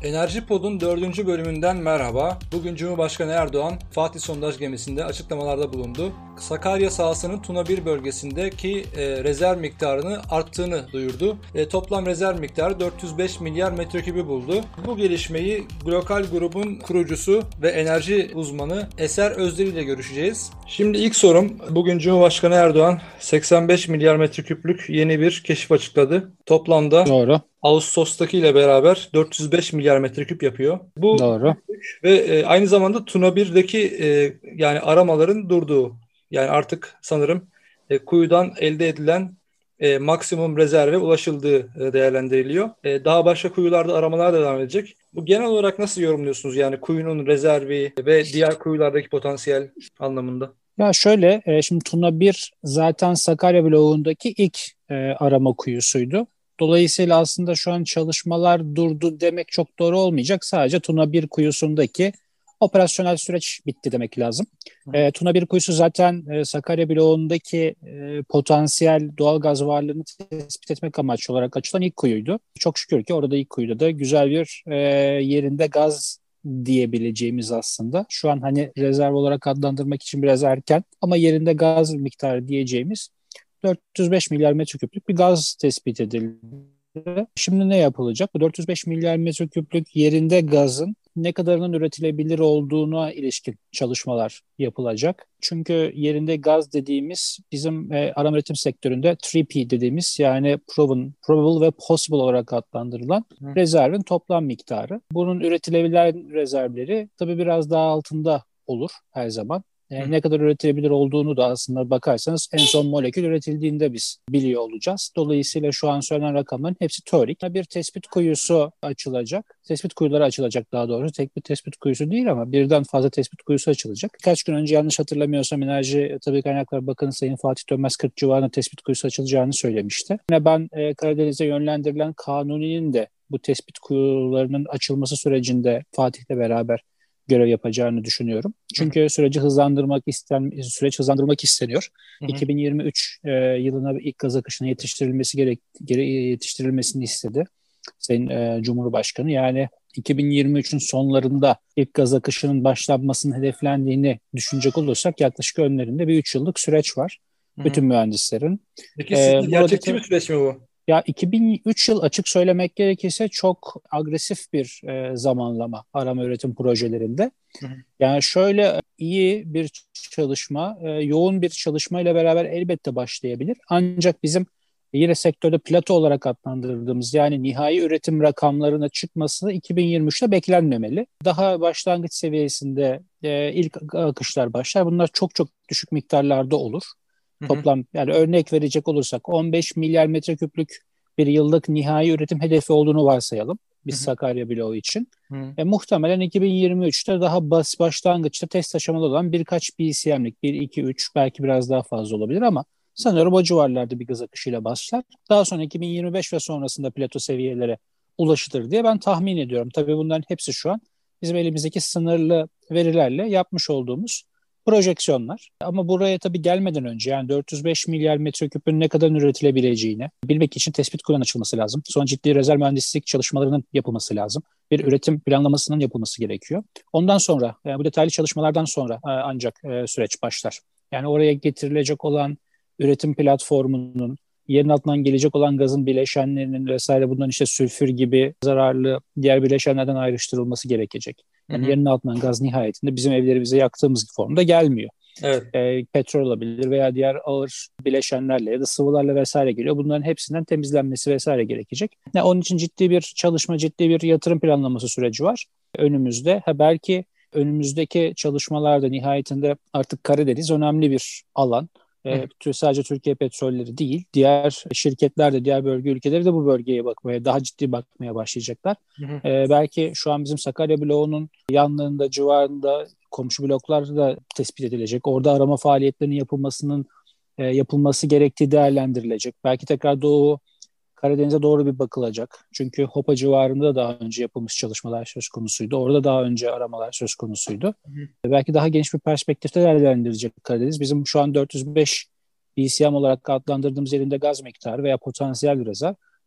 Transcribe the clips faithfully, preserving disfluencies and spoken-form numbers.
Enerji Pod'un dördüncü bölümünden merhaba. Bugün Cumhurbaşkanı Erdoğan Fatih sondaj gemisinde açıklamalarda bulundu. Sakarya sahasının Tuna bir bölgesindeki e, rezerv miktarını arttığını duyurdu. E, toplam rezerv miktarı dört yüz beş milyar metreküpü buldu. Bu gelişmeyi Glokal grubun kurucusu ve enerji uzmanı Eser Özderi ile görüşeceğiz. Şimdi ilk sorum, bugün Cumhurbaşkanı Erdoğan seksen beş milyar metreküplük yeni bir keşif açıkladı. Toplamda Doğru. Ağustos'taki ile beraber dört yüz beş milyar metreküp yapıyor. Bu Doğru. ve e, aynı zamanda Tuna birdeki e, yani aramaların durduğu, yani artık sanırım e, kuyudan elde edilen e, maksimum rezerve ulaşıldığı e, değerlendiriliyor. E, daha başka kuyularda aramalar da devam edecek. Bu genel olarak nasıl yorumluyorsunuz? Yani kuyunun rezervi ve diğer kuyulardaki potansiyel anlamında. Ya şöyle, e, şimdi Tuna bir zaten Sakarya bloğundaki ilk e, arama kuyusuydu. Dolayısıyla aslında şu an çalışmalar durdu demek çok doğru olmayacak. Sadece Tuna bir kuyusundaki operasyonel süreç bitti demek lazım. E, Tuna bir kuyusu zaten e, Sakarya bloğundaki e, potansiyel doğalgaz varlığını tespit etmek amaçlı olarak açılan ilk kuyuydu. Çok şükür ki orada ilk kuyuda da güzel bir e, yerinde gaz diyebileceğimiz aslında. Şu an hani rezerv olarak adlandırmak için biraz erken ama yerinde gaz miktarı diyeceğimiz dört yüz beş milyar metreküplük bir gaz tespit edildi. Şimdi ne yapılacak? Bu dört yüz beş milyar metreküplük yerinde gazın ne kadarının üretilebilir olduğuna ilişkin çalışmalar yapılacak. Çünkü yerinde gaz dediğimiz bizim e, arama üretim sektöründe üç P dediğimiz, yani proven, probable ve possible olarak adlandırılan Hı. rezervin toplam miktarı. Bunun üretilebilen rezervleri tabii biraz daha altında olur her zaman. Yani ne kadar üretilebilir olduğunu da aslında bakarsanız en son molekül üretildiğinde biz biliyor olacağız. Dolayısıyla şu an söylenen rakamların hepsi teorik. Bir tespit kuyusu açılacak. Tespit kuyuları açılacak daha doğrusu. Tek bir tespit kuyusu değil ama birden fazla tespit kuyusu açılacak. Birkaç gün önce yanlış hatırlamıyorsam Enerji Tabii Kaynaklar Bakanı Sayın Fatih Dönmez kırk civarında tespit kuyusu açılacağını söylemişti. Yine ben e, Karadeniz'e yönlendirilen Kanuni'nin de bu tespit kuyularının açılması sürecinde Fatih'le beraber görev yapacağını düşünüyorum. Çünkü hı hı. süreci hızlandırmak isten süreç hızlandırmak isteniyor. Hı hı. iki bin yirmi üç e, yılına ilk gaz akışına yetiştirilmesi gerek gere, yetiştirilmesini istedi Sayın e, Cumhurbaşkanı. Yani iki bin yirmi üçün sonlarında ilk gaz akışının başlanmasının hedeflendiğini düşünecek olursak yaklaşık önlerinde bir üç yıllık süreç var. Hı hı. Bütün mühendislerin. Peki sizce ee, gerçekçi bir süreç mi bu? Ya iki bin üç yıl açık söylemek gerekirse çok agresif bir e, zamanlama arama üretim projelerinde. Hı hı. Yani şöyle iyi bir çalışma, e, yoğun bir çalışma ile beraber elbette başlayabilir. Ancak bizim yine sektörde plato olarak adlandırdığımız, yani nihai üretim rakamlarına çıkması iki bin yirmi üçte beklenmemeli. Daha başlangıç seviyesinde e, ilk akışlar başlar. Bunlar çok çok düşük miktarlarda olur. Toplam, yani örnek verecek olursak on beş milyar metreküplük bir yıllık nihai üretim hedefi olduğunu varsayalım biz hı hı. Sakarya bloğu için. E, muhtemelen iki bin yirmi üçte daha bas başlangıçta test aşamalı olan birkaç B C M'lik bir, iki, üç belki biraz daha fazla olabilir ama sanıyorum o civarlarda bir gaz akışıyla başlar. Daha sonra iki bin yirmi beş ve sonrasında plato seviyelere ulaşılır diye ben tahmin ediyorum. Tabii bunların hepsi şu an bizim elimizdeki sınırlı verilerle yapmış olduğumuz projeksiyonlar. Ama buraya tabii gelmeden önce, yani dört yüz beş milyar metreküpün ne kadar üretilebileceğini bilmek için tespit kuyularının açılması lazım. Sonra ciddi rezerv mühendislik çalışmalarının yapılması lazım. Bir üretim planlamasının yapılması gerekiyor. Ondan sonra, yani bu detaylı çalışmalardan sonra ancak süreç başlar. Yani oraya getirilecek olan üretim platformunun, yerin altından gelecek olan gazın bileşenlerinin vesaire, bundan işte sülfür gibi zararlı diğer bileşenlerden ayrıştırılması gerekecek. Yani hı hı. Yerin altından gaz nihayetinde bizim evlerimize yaktığımız formda gelmiyor. Evet. E, petrol olabilir veya diğer ağır bileşenlerle ya da sıvılarla vesaire geliyor. Bunların hepsinden temizlenmesi vesaire gerekecek. Yani onun için ciddi bir çalışma, ciddi bir yatırım planlaması süreci var önümüzde. Ha, belki önümüzdeki çalışmalarda nihayetinde artık Karadeniz önemli bir alan. E, sadece Türkiye Petrolleri değil, diğer şirketler de, diğer bölge ülkeleri de bu bölgeye bakmaya, daha ciddi bakmaya başlayacaklar. Hı hı. E, belki şu an bizim Sakarya bloğunun yanlarında, civarında komşu bloklar da tespit edilecek. Orada arama faaliyetlerinin yapılmasının e, yapılması gerektiği değerlendirilecek. Belki tekrar Doğu Karadeniz'e doğru bir bakılacak. Çünkü Hopa civarında daha önce yapılmış çalışmalar söz konusuydu. Orada daha önce aramalar söz konusuydu. Hı hı. Belki daha geniş bir perspektifte değerlendirecek Karadeniz. Bizim şu an dört yüz beş B C M olarak adlandırdığımız yerinde gaz miktarı veya potansiyel rezerv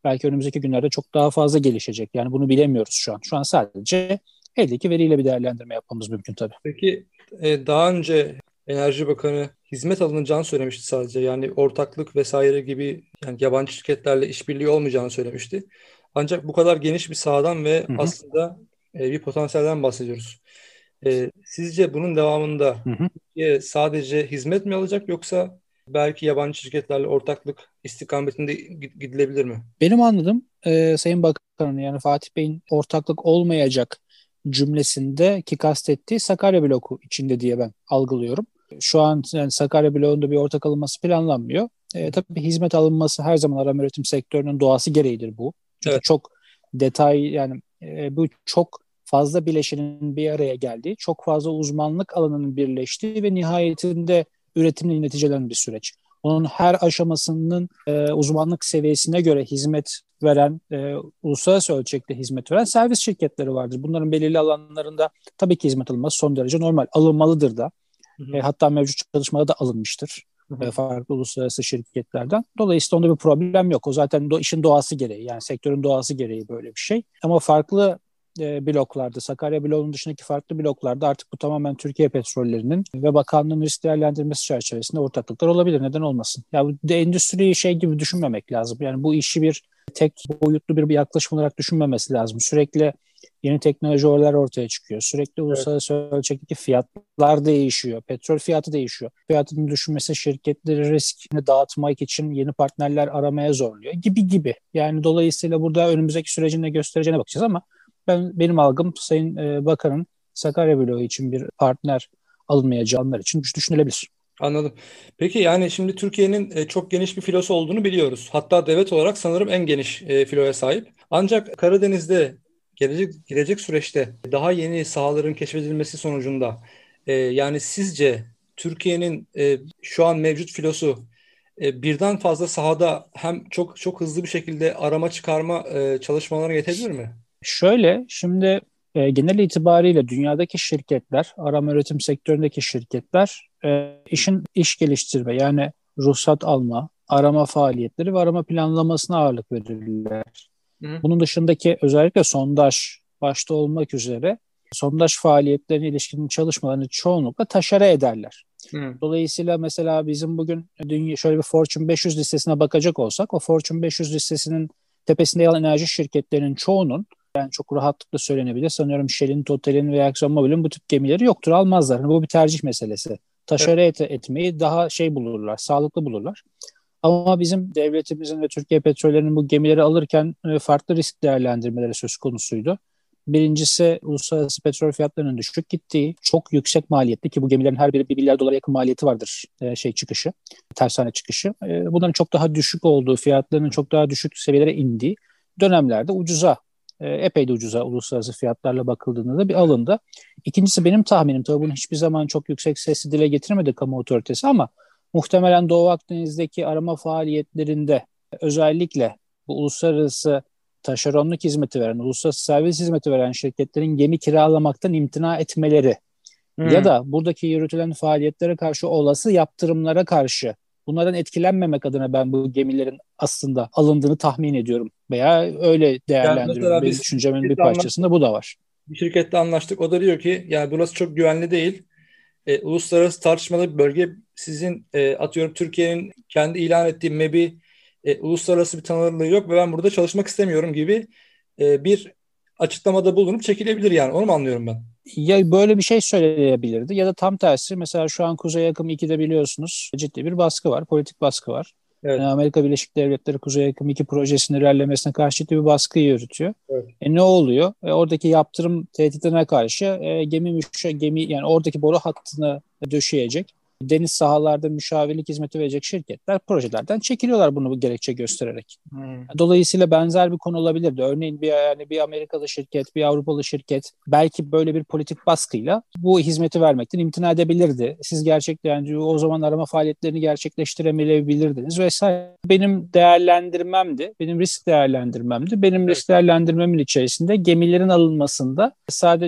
belki önümüzdeki günlerde çok daha fazla gelişecek. Yani bunu bilemiyoruz şu an. Şu an sadece eldeki veriyle bir değerlendirme yapmamız mümkün tabii. Peki e, daha önce Enerji Bakanı hizmet alınacağını söylemişti sadece. Yani ortaklık vesaire gibi yani yabancı şirketlerle işbirliği olmayacağını söylemişti. Ancak bu kadar geniş bir sahadan ve Hı hı. aslında e, bir potansiyelden bahsediyoruz. E, sizce bunun devamında Hı hı. Türkiye sadece hizmet mi alacak yoksa belki yabancı şirketlerle ortaklık istikametinde gid- gidilebilir mi? Benim anladığım e, Sayın Bakan'ın yani Fatih Bey'in ortaklık olmayacak cümlesinde ki kastettiği Sakarya bloku içinde diye ben algılıyorum. Şu an yani Sakarya bloğunda bir ortak alınması planlanmıyor. E, tabii hizmet alınması her zaman arama üretim sektörünün doğası gereğidir bu. Çünkü Evet. çok detay yani e, bu çok fazla bileşenin bir araya geldiği, çok fazla uzmanlık alanının birleştiği ve nihayetinde üretimle neticelen bir süreç. Onun her aşamasının e, uzmanlık seviyesine göre hizmet veren, e, uluslararası ölçekte hizmet veren servis şirketleri vardır. Bunların belirli alanlarında tabii ki hizmet alınması son derece normal. Alınmalıdır da. Hı E, hı. hatta mevcut çalışmada da alınmıştır. Hı E, hı. farklı uluslararası şirketlerden. Dolayısıyla onda bir problem yok. O zaten do- işin doğası gereği. Yani sektörün doğası gereği böyle bir şey. Ama farklı e, bloklarda, Sakarya bloğunun dışındaki farklı bloklarda artık bu tamamen Türkiye Petrolleri'nin ve bakanlığın risk değerlendirmesi çerçevesinde ortaklıklar olabilir. Neden olmasın? Ya bu de endüstriyi şey gibi düşünmemek lazım. Yani bu işi bir tek boyutlu bir, bir yaklaşım olarak düşünmemesi lazım. Sürekli yeni teknolojiler ortaya çıkıyor. Sürekli Evet. uluslararası ölçekteki fiyatlar değişiyor. Petrol fiyatı değişiyor. Fiyatının düşmesi şirketleri riskini dağıtmak için yeni partnerler aramaya zorluyor gibi gibi. Yani dolayısıyla burada önümüzdeki sürecin ne göstereceğine bakacağız ama ben benim algım Sayın e, Bakan'ın Sakarya bloğu için bir partner alınmayacağınlar için düşünülebilir. Anladım. Peki yani şimdi Türkiye'nin e, çok geniş bir filosu olduğunu biliyoruz. Hatta devlet olarak sanırım en geniş e, filoya sahip. Ancak Karadeniz'de gelecek gelecek süreçte daha yeni sahaların keşfedilmesi sonucunda e, yani sizce Türkiye'nin e, şu an mevcut filosu e, birden fazla sahada hem çok çok hızlı bir şekilde arama çıkarma e, çalışmalarına yetebilir mi? Şöyle şimdi e, genel itibariyle dünyadaki şirketler, arama üretim sektöründeki şirketler e, işin iş geliştirme yani ruhsat alma, arama faaliyetleri ve arama planlamasına ağırlık verirler. Hı hı. Bunun dışındaki özellikle sondaj başta olmak üzere sondaj faaliyetlerine ilişkin çalışmalarını çoğunlukla taşere ederler. Hı. Dolayısıyla mesela bizim bugün dünya şöyle bir Fortune beş yüz listesine bakacak olsak o Fortune beş yüz listesinin tepesinde yer alan enerji şirketlerinin çoğunun yani çok rahatlıkla söylenebilir. Sanıyorum Shell'in, Total'in ve ExxonMobil'in bu tip gemileri yoktur, almazlar. Yani bu bir tercih meselesi. Evet. Taşere et, etmeyi daha şey bulurlar, sağlıklı bulurlar. Ama bizim devletimizin ve Türkiye Petrollerinin bu gemileri alırken e, farklı risk değerlendirmeleri söz konusuydu. Birincisi uluslararası petrol fiyatlarının düşük gittiği, çok yüksek maliyetli ki bu gemilerin her biri bir milyar dolara yakın maliyeti vardır e, şey çıkışı, tersane çıkışı. E, bunların çok daha düşük olduğu, fiyatlarının çok daha düşük seviyelere indiği dönemlerde ucuza, e, epey de ucuza uluslararası fiyatlarla bakıldığında da bir alındı. İkincisi benim tahminim, tabii bunu hiçbir zaman çok yüksek sesli dile getirmedi kamu otoritesi ama muhtemelen Doğu Akdeniz'deki arama faaliyetlerinde özellikle bu uluslararası taşeronluk hizmeti veren, uluslararası servis hizmeti veren şirketlerin gemi kiralamaktan imtina etmeleri ya Hı. da buradaki yürütülen faaliyetlere karşı olası yaptırımlara karşı bunlardan etkilenmemek adına ben bu gemilerin aslında alındığını tahmin ediyorum veya öyle Yani değerlendiriyorum. mesela Benim biz düşüncemin bir şirketle anlaştık. parçasında bu da var. Bir şirkette anlaştık. O da diyor ki yani burası çok güvenli değil. E, uluslararası tartışmalı bir bölge. Sizin e, atıyorum Türkiye'nin kendi ilan ettiği MEB'i e, uluslararası bir tanınırlığı yok ve ben burada çalışmak istemiyorum gibi e, bir açıklamada bulunup çekilebilir yani. Onu mu anlıyorum ben? Ya böyle bir şey söyleyebilirdi ya da tam tersi mesela şu an Kuzey Akım ikide biliyorsunuz ciddi bir baskı var, politik baskı var. Yani Evet. Amerika Birleşik Devletleri Kuzey Akım iki projesinin ilerlemesine karşı ciddi bir baskı yürütüyor. Evet. E ne oluyor? E oradaki yaptırım tehditine karşı e, gemi müşa, gemi yani oradaki boru hattını döşeyecek, deniz sahalarda müşavirlik hizmeti verecek şirketler projelerden çekiliyorlar bunu bu gerekçe göstererek. Hmm. Dolayısıyla benzer bir konu olabilirdi. Örneğin bir yani bir Amerikalı şirket, bir Avrupalı şirket belki böyle bir politik baskıyla bu hizmeti vermekten imtina edebilirdi. Siz gerçekten yani o zaman arama faaliyetlerini gerçekleştiremeyebilirdiniz vesaire. Benim değerlendirmemdi, benim risk değerlendirmemdi. Benim Evet. risk değerlendirmemin içerisinde gemilerin alınmasında sadece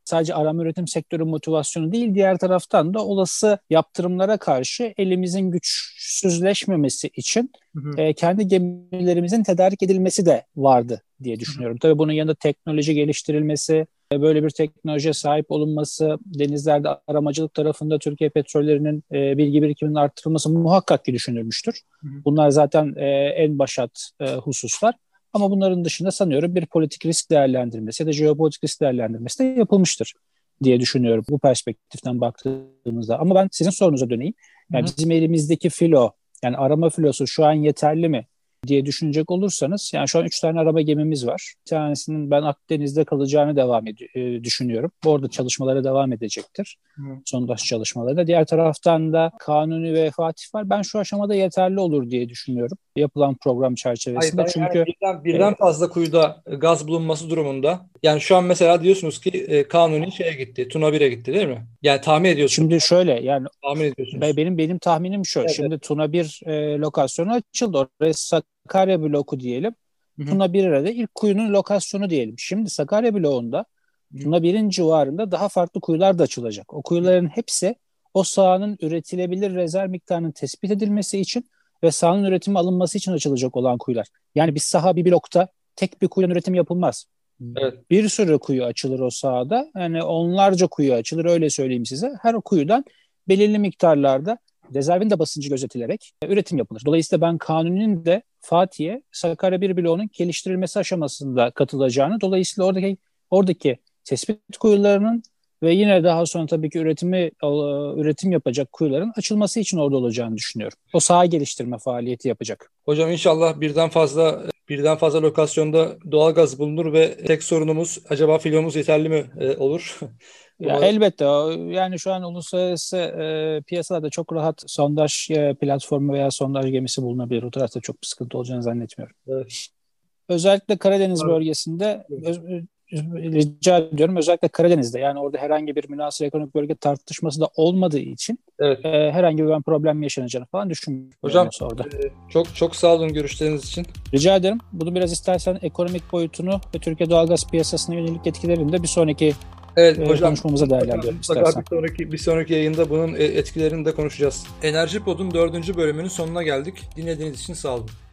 sadece arama üretim sektörü motivasyonu değil, diğer taraftan da olası yaptırımlara karşı elimizin güçsüzleşmemesi için hı hı. E, kendi gemilerimizin tedarik edilmesi de vardı diye düşünüyorum. Hı hı. Tabii bunun yanında teknoloji geliştirilmesi, böyle bir teknolojiye sahip olunması, denizlerde aramacılık tarafında Türkiye Petrolleri'nin e, bilgi birikiminin arttırılması muhakkak ki düşünülmüştür. Hı hı. Bunlar zaten e, en başat e, hususlar. Ama bunların dışında sanıyorum bir politik risk değerlendirmesi ya da jeopolitik risk değerlendirmesi de yapılmıştır diye düşünüyorum bu perspektiften baktığımızda. Ama ben sizin sorunuza döneyim. Yani hı hı. bizim elimizdeki filo, yani arama filosu şu an yeterli mi diye düşünecek olursanız, yani şu an üç tane arama gemimiz var. Bir tanesinin ben Akdeniz'de kalacağını devam ed- düşünüyorum. Orada çalışmalara devam edecektir. Hı. Sondaj çalışmaları. Diğer taraftan da Kanuni ve Fatih var. Ben şu aşamada yeterli olur diye düşünüyorum. Yapılan program çerçevesinde. Hayır, çünkü yani birden, birden fazla kuyuda gaz bulunması durumunda. Yani şu an mesela diyorsunuz ki e, Kanuni şeye gitti. Tuna bir'e gitti değil mi? Yani tahmin ediyorsunuz. Şimdi şöyle yani tahmin ediyorsunuz. Benim benim tahminim şu. Evet. Şimdi Tuna bir e, lokasyonu açıldı. Oraya Sakarya bloku diyelim. Hı hı. Tuna bir'e de ilk kuyunun lokasyonu diyelim. Şimdi Sakarya bloğunda hı. Tuna bir'in civarında daha farklı kuyular da açılacak. O kuyuların hepsi o sahanın üretilebilir rezerv miktarının tespit edilmesi için ve sahanın üretimi alınması için açılacak olan kuyular. Yani bir saha bir blokta tek bir kuyunun üretimi yapılmaz. Evet. Bir sürü kuyu açılır o sahada. Yani onlarca kuyu açılır, öyle söyleyeyim size. Her kuyudan belirli miktarlarda rezervin de basıncı gözetilerek üretim yapılır. Dolayısıyla ben Kanuni'nin de Fatih'e Sakarya bir bloğunun geliştirilmesi aşamasında katılacağını, dolayısıyla oradaki oradaki tespit kuyularının ve yine daha sonra tabii ki üretimi üretim yapacak kuyuların açılması için orada olacağını düşünüyorum. O saha geliştirme faaliyeti yapacak. Hocam inşallah birden fazla birden fazla lokasyonda doğalgaz bulunur ve tek sorunumuz acaba filomuz yeterli mi e, olur? Ya elbette, yani şu an uluslararası e, piyasalarda çok rahat sondaj e, platformu veya sondaj gemisi bulunabilir. O tarafta çok bir sıkıntı olacağını zannetmiyorum. Evet. Özellikle Karadeniz evet. bölgesinde evet. Öz, rica ediyorum, özellikle Karadeniz'de, yani orada herhangi bir münhasır ekonomik bölge tartışması da olmadığı için evet. e, herhangi bir problem yaşanacağını falan düşünmüyorum. Hocam orada. E, çok çok sağ olun görüşleriniz için. Rica ederim. Bunu biraz istersen ekonomik boyutunu ve Türkiye doğalgaz piyasasına yönelik etkilerini de bir sonraki Evet, hocam, konuşmamıza değerlendirelim istersen. Bir sonraki, bir sonraki yayında bunun etkilerini de konuşacağız. Enerji Pod'un dördüncü bölümünün sonuna geldik. Dinlediğiniz için sağ olun.